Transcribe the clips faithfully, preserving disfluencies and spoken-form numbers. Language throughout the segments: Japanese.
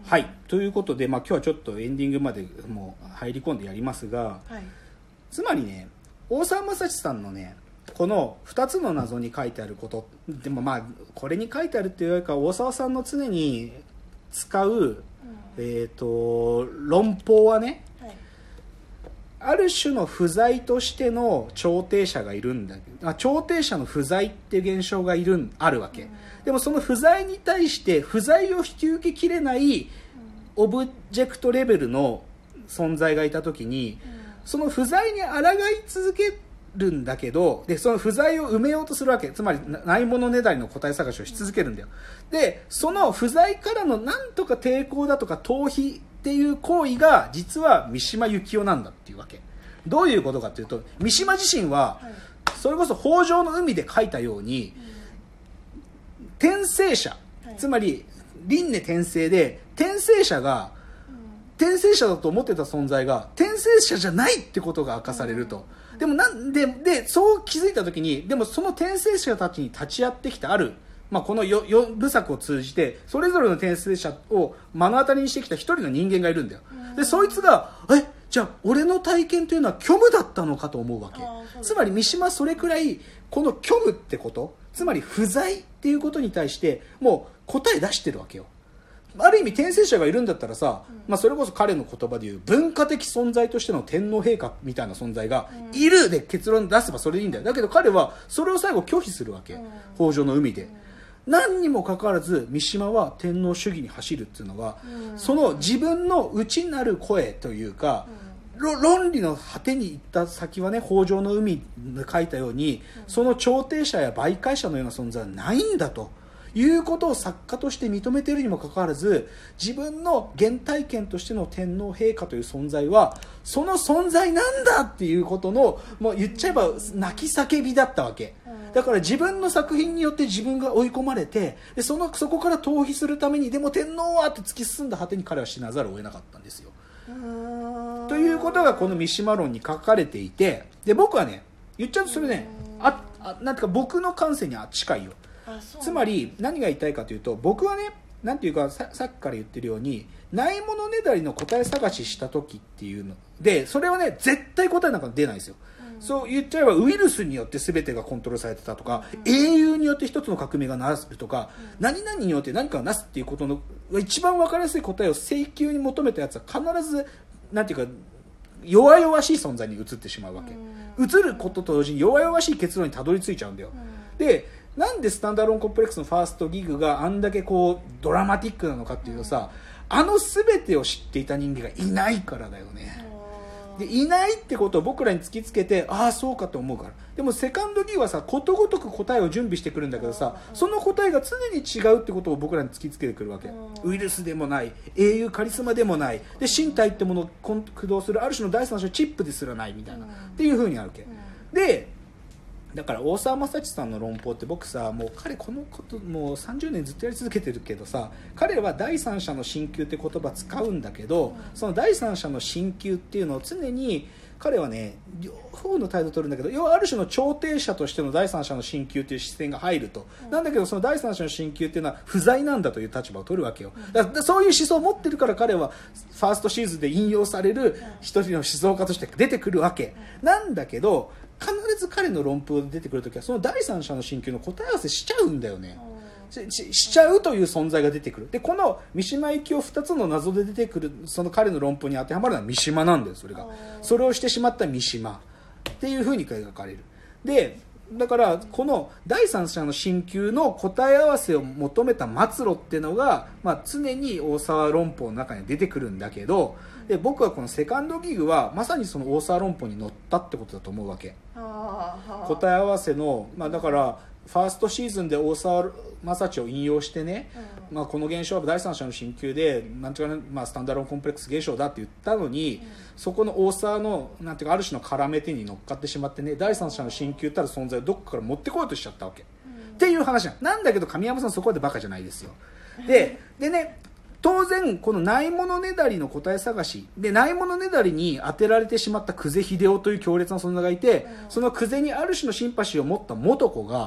はい、ということで、まあ、今日はちょっとエンディングまでもう入り込んでやりますが、はい、つまりね大沢雅治さんのねこのふたつの謎に書いてあることでも、まあこれに書いてあるっていうよりか大沢さんの常に使う、うん、えーと論法はね、はい、ある種の不在としての調停者がいるんだけど、あ調停者の不在っていう現象がいるあるわけ、うん、でもその不在に対して不在を引き受けきれないオブジェクトレベルの存在がいたときに、うん、その不在に抗い続けるんだけど、でその不在を埋めようとするわけ。つまりないものねだりの答え探しをし続けるんだよ。でその不在からのなんとか抵抗だとか逃避っていう行為が実は三島由紀夫なんだっていうわけ。どういうことかというと、三島自身はそれこそ北条の海で書いたように、転生者、つまり輪廻転生で転生者が転生者だと思ってた存在が転生者じゃないってことが明かされると。でもなんで、で、そう気づいたときに、でもその転生者たちに立ち会ってきたある、まあ、このよんぶ作を通じて、それぞれの転生者を目の当たりにしてきた一人の人間がいるんだよ。で、そいつが、え、じゃあ俺の体験というのは虚無だったのかと思うわけ。つまり三島それくらい、この虚無ってこと、つまり不在っていうことに対して、もう答え出してるわけよ。ある意味転生者がいるんだったらさ、うんまあ、それこそ彼の言葉でいう文化的存在としての天皇陛下みたいな存在がいるで結論出せばそれでいいんだよ。だけど彼はそれを最後拒否するわけ、うん、北条の海で、うん、何にもかかわらず三島は天皇主義に走るっていうのは、うん、その自分の内なる声というか、うん、論理の果てに行った先はね、北条の海で書いたように、うん、その調停者や媒介者のような存在はないんだということを作家として認めているにもかかわらず、自分の原体験としての天皇陛下という存在はその存在なんだっていうことの、もう言っちゃえば泣き叫びだったわけ。だから自分の作品によって自分が追い込まれて、で そ, のそこから逃避するために、でも天皇はって突き進んだ果てに彼は死なざるを得なかったんですよ。ということがこの三島論に書かれていて、で僕はね言っちゃうとそれね、ああなんていうか僕の感性には近いよ。つまり何が言いたいかというと、僕はね、なんていうか さ, さっきから言ってるように、ないものねだりの答え探しした時っていうので、それはね絶対答えなんか出ないですよ、うん、そう言っちゃえばウイルスによって全てがコントロールされてたとか、うん、英雄によって一つの革命がなすとか、うん、何々によって何かをなすっていうことの一番分かりやすい答えを請求に求めたやつは必ずなんていうか弱々しい存在に移ってしまうわけ、うん、移ることと同時に弱々しい結論にたどり着いちゃうんだよ、うん、でなんでスタンダーローンコンプレックスのファーストギグがあんだけこうドラマティックなのかっていうとさ、あの全てを知っていた人間がいないからだよね。でいないってことを僕らに突きつけて、ああそうかと思うから。でもセカンドギグはさ、ことごとく答えを準備してくるんだけどさ、その答えが常に違うってことを僕らに突きつけてくるわけ。ウイルスでもない、英雄カリスマでもない、で身体ってものを駆動するある種の第三者のチップですらないみたいな、っていう風にあるわけで、だから大沢雅治さんの論法って僕さ、もう彼このこともうさんじゅうねんずっとやり続けてるけどさ、彼は第三者の侵及って言葉使うんだけど、その第三者の侵及っていうのを常に彼はね両方の態度を取るんだけど、要はある種の調停者としての第三者の侵及という視点が入ると、なんだけどその第三者の侵及っていうのは不在なんだという立場を取るわけよ。だからそういう思想を持ってるから彼はファーストシーズンで引用される一人の思想家として出てくるわけなんだけど、必ず彼の論法で出てくるときはその第三者の侵及の答え合わせしちゃうんだよね。し, しちゃうという存在が出てくる。でこの三島由紀夫ふたつの謎で出てくるその彼の論法に当てはまるのは三島なんだよ。それがそれをしてしまった三島っていうふうに描かれる。でだからこの第三者の侵及の答え合わせを求めた末路っていうのが、まあ、常に大沢論法の中に出てくるんだけど、で僕はこのセカンドギグはまさにその大沢論法に乗ったってことだと思うわけ。答え合わせの、まあ、だからファーストシーズンで大沢雅治を引用してね、うんまあ、この現象は第三者の侵及でなんていうか、ねまあ、スタンダーローンコンプレックス現象だって言ったのに、うん、そこの大沢のなんていうかある種の絡め手に乗っかってしまってね、第三者の侵及たる存在をどこかから持ってこようとしちゃったわけ、うん、っていう話なんだけど、神山さんそこまでバカじゃないですよ。ででね当然このないものねだりの答え探しで、ないものねだりに当てられてしまった久世秀夫という強烈な存在がいて、うん、その久世にある種のシンパシーを持った元子が、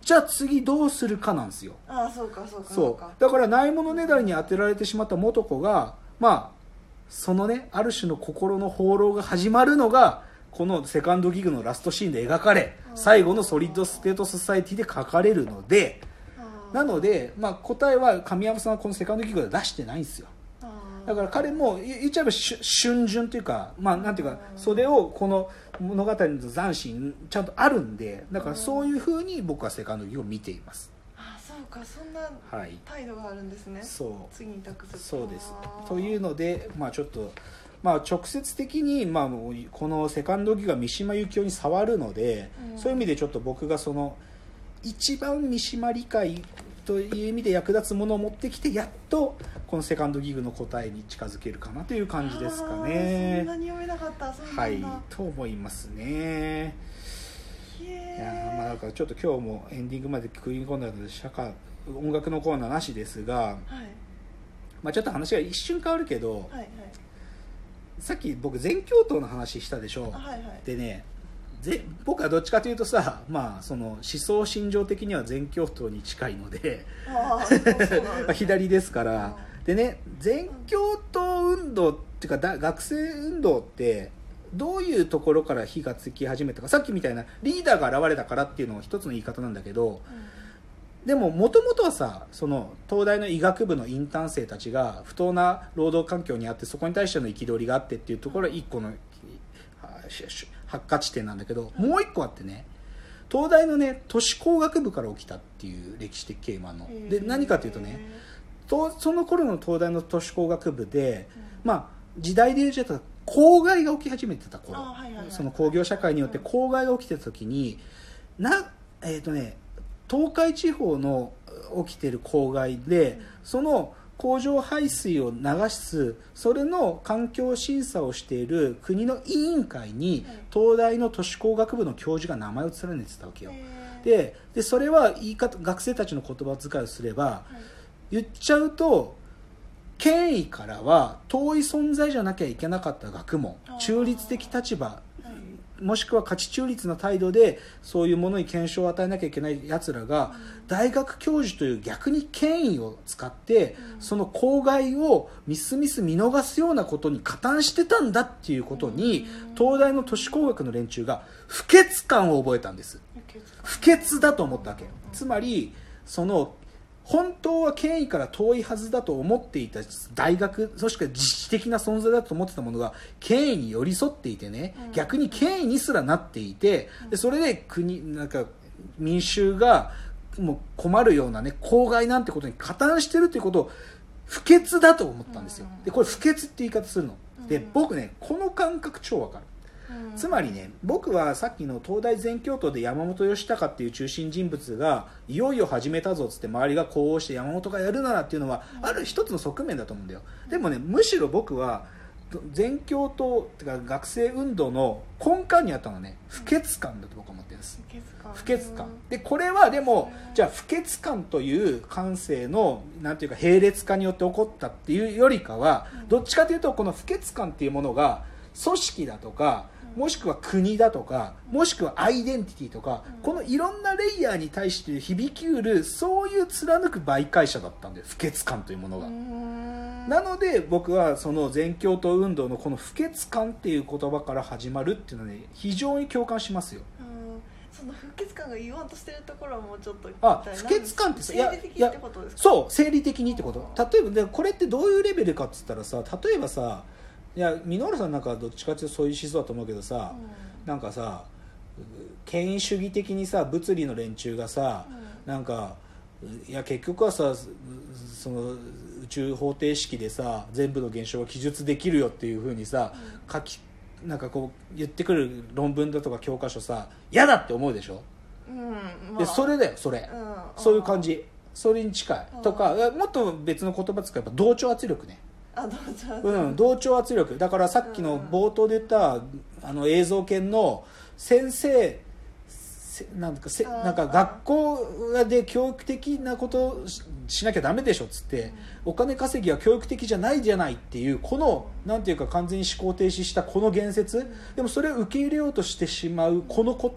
じゃあ次どうするかなんですよ。 ああそうかそうかそうだからないものねだりに当てられてしまった素子がまあそのねある種の心の放浪が始まるのがこのセカンドギグのラストシーンで描かれ、最後のソリッドステートソサエティで書かれるので、なので、まあ、答えは神山さんはこのセカンドギグで出してないんですよ。だから彼も言っちゃえば春巡というか、まあ、なんていうかそれをこの物語の斬新ちゃんとあるんで、だからそういうふうに僕はセカンドギグを見ています。 ああそうか、そんな態度があるんですね、はい、そう次に託すそうですというので、まあ、ちょっとまあ、直接的に、まあ、このセカンドギグが三島由紀夫に触るので、うん、そういう意味でちょっと僕がその一番三島理解という意味で役立つものを持ってきてやっとこのセカンドギグの答えに近づけるかなという感じですかね。 そんなに読めなかった。そうなんだ、 はい、と思いますね。いやまあだからちょっと今日もエンディングまで食い込んだので社会音楽のコーナーなしですが、はいまあ、ちょっと話が一瞬変わるけど、はいはい、さっき僕全教頭の話したでしょ、はいはい、でねぜ僕はどっちかというとさ、まあ、その思想心情的には全教頭に近いので左ですからでね全教頭運動っていうかだ学生運動ってどういうところから火がつき始めたか、さっきみたいなリーダーが現れたからっていうのは一つの言い方なんだけど、うん、でももともとはさその東大の医学部のインターン生たちが不当な労働環境にあってそこに対しての憤りがあってっていうところは一個の発火地点なんだけど、もう一個あってね東大のね都市工学部から起きたっていう歴史的経緯もあるので、何かというとねとその頃の東大の都市工学部で、うん、まあ時代で言うと公害が起き始めてた頃、はいはいはい、その工業社会によって公害が起きてた時になえっ、ー、とね東海地方の起きてる公害で、うん、その工場排水を流すそれの環境審査をしている国の委員会に東大の都市工学部の教授が名前を連ねてたわけよ。ででそれは言い方学生たちの言葉遣いをすれば、言っちゃうと権威からは遠い存在じゃなきゃいけなかった学問、中立的立場もしくは価値中立な態度でそういうものに検証を与えなきゃいけないやつらが大学教授という逆に権威を使ってその公害をみすみす見逃すようなことに加担してたんだっていうことに東大の都市工学の連中が不潔感を覚えたんです。不潔だと思ったわけ。つまりその本当は権威から遠いはずだと思っていた大学、そして自治的な存在だと思ってたものが権威に寄り添っていてね、うん、逆に権威にすらなっていて、でそれで国なんか民衆がもう困るようなね公害なんてことに加担してるっていうことを不潔だと思ったんですよ。でこれ不潔って言い方するので、僕ねこの感覚超わかる。つまりね僕はさっきの東大全教頭で山本義孝っていう中心人物がいよいよ始めたぞっつって周りが呼応して山本がやるならっていうのはある一つの側面だと思うんだよ。でもねむしろ僕は全教頭ってか学生運動の根幹にあったのはね不潔感だと僕は思ってるんです。不潔感でこれはでもじゃあ不潔感という感性のなんていうか並列化によって起こったっていうよりかはどっちかというとこの不潔感っていうものが組織だとかもしくは国だとかもしくはアイデンティティとかこのいろんなレイヤーに対して響きうるそういう貫く媒介者だったんだよ不潔感というものが。なので僕はその全教頭運動のこの不潔感っていう言葉から始まるっていうのはね非常に共感しますよ。 その不潔感が言わんとしてるところはもうちょっとあ不潔感って生理的ってことですか。 そう生理的にってこと。例えばでこれってどういうレベルかって言ったらさ例えばさいや稔さんなんかどっちかっていうとそういう思想だと思うけどさ、うん、なんかさ権威主義的にさ物理の連中がさ、うん、なんかいや結局はさその宇宙方程式でさ全部の現象が記述できるよっていう風にさ、うん、書きなんかこう言ってくる論文だとか教科書さ嫌だって思うでしょ、うんまあ、でそれだよそれ、うん、そういう感じそれに近い、うん、とかもっと別の言葉使えば同調圧力ね。 あ同調圧力、 うん、同調圧力だからさっきの冒頭で言った、うん、あの映像研の先生なんかせなんか学校で教育的なことをしなきゃダメでしょっつって、うん、お金稼ぎは教育的じゃないじゃないっていうこのなんていうか完全に思考停止したこの言説、うん、でもそれを受け入れようとしてしまうこのこと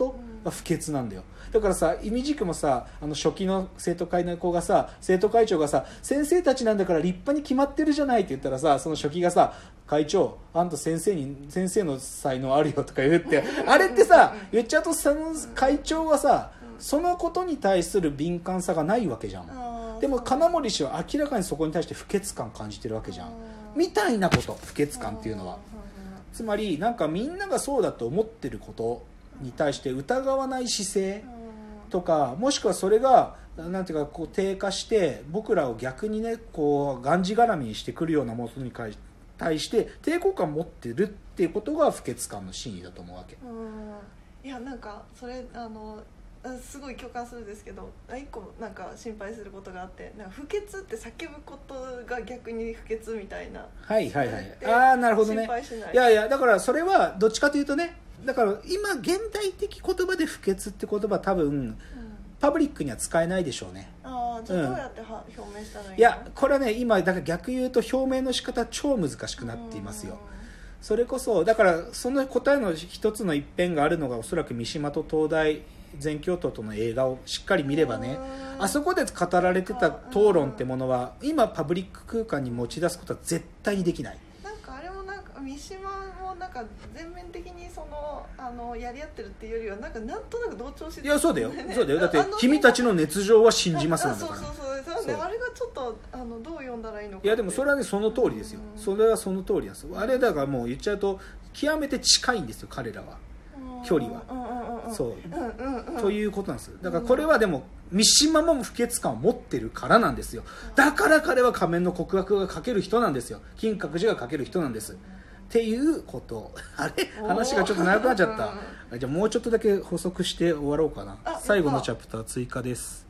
が不潔なんだよ。だからさ、いみじくもさ、あの初期の生徒会の子がさ、生徒会長がさ、先生たちなんだから立派に決まってるじゃないって言ったらさ、その初期がさ、会長あんた先生に先生の才能あるよとか言ってあれってさ、言っちゃうとその会長はさ、そのことに対する敏感さがないわけじゃん。でも金森氏は明らかにそこに対して不潔感感じてるわけじゃん、みたいなこと。不潔感っていうのはつまりなんかみんながそうだと思ってることに対して疑わない姿勢とか、もしくはそれがなんていうかこう低下して僕らを逆にねこうがんじがらみにしてくるようなものに対して抵抗感を持ってるっていうことが不潔感の真意だと思うわけ。 うん、いやなんかそれあのすごい共感するんですけど、一個なんか心配することがあって、なんか不潔って叫ぶことが逆に不潔みたいな。 はいはいはい。ああなるほどね。 心配しない。 いやいやだからそれはどっちかというとね、だから今現代的言葉で不潔って言葉多分、うん、パブリックには使えないでしょうね。 ああじゃあどうやっては、うん、表明したらいいの？ いやこれはね今だから逆言うと表明の仕方超難しくなっていますよ。それこそだからその答えの一つの一辺があるのがおそらく三島と東大全教頭との映画をしっかり見ればね、あそこで語られてた討論ってものは今パブリック空間に持ち出すことは絶対にできない。 なんかあれもなんか三島もなんか全面的にそのあのやり合ってるっていうよりはなんかなんとなく同調してる、 いやそうだよそうだよだって君たちの熱情は信じますんだから。 そうそうそうそう、ね、あれがちょっとあのどう読んだらいいのか。 いやでもそれはねその通りですよ。それはその通りです。あれだからもう言っちゃうと極めて近いんですよ彼らは距離は。そう、うんうんうん、ということなんです。だからこれはでも三島も不潔感を持ってるからなんですよ。だから彼は仮面の告白が書ける人なんですよ。金閣寺が書ける人なんです。っていうこと。あれ話がちょっと長くなっちゃった。じゃあもうちょっとだけ補足して終わろうかな。最後のチャプター追加です。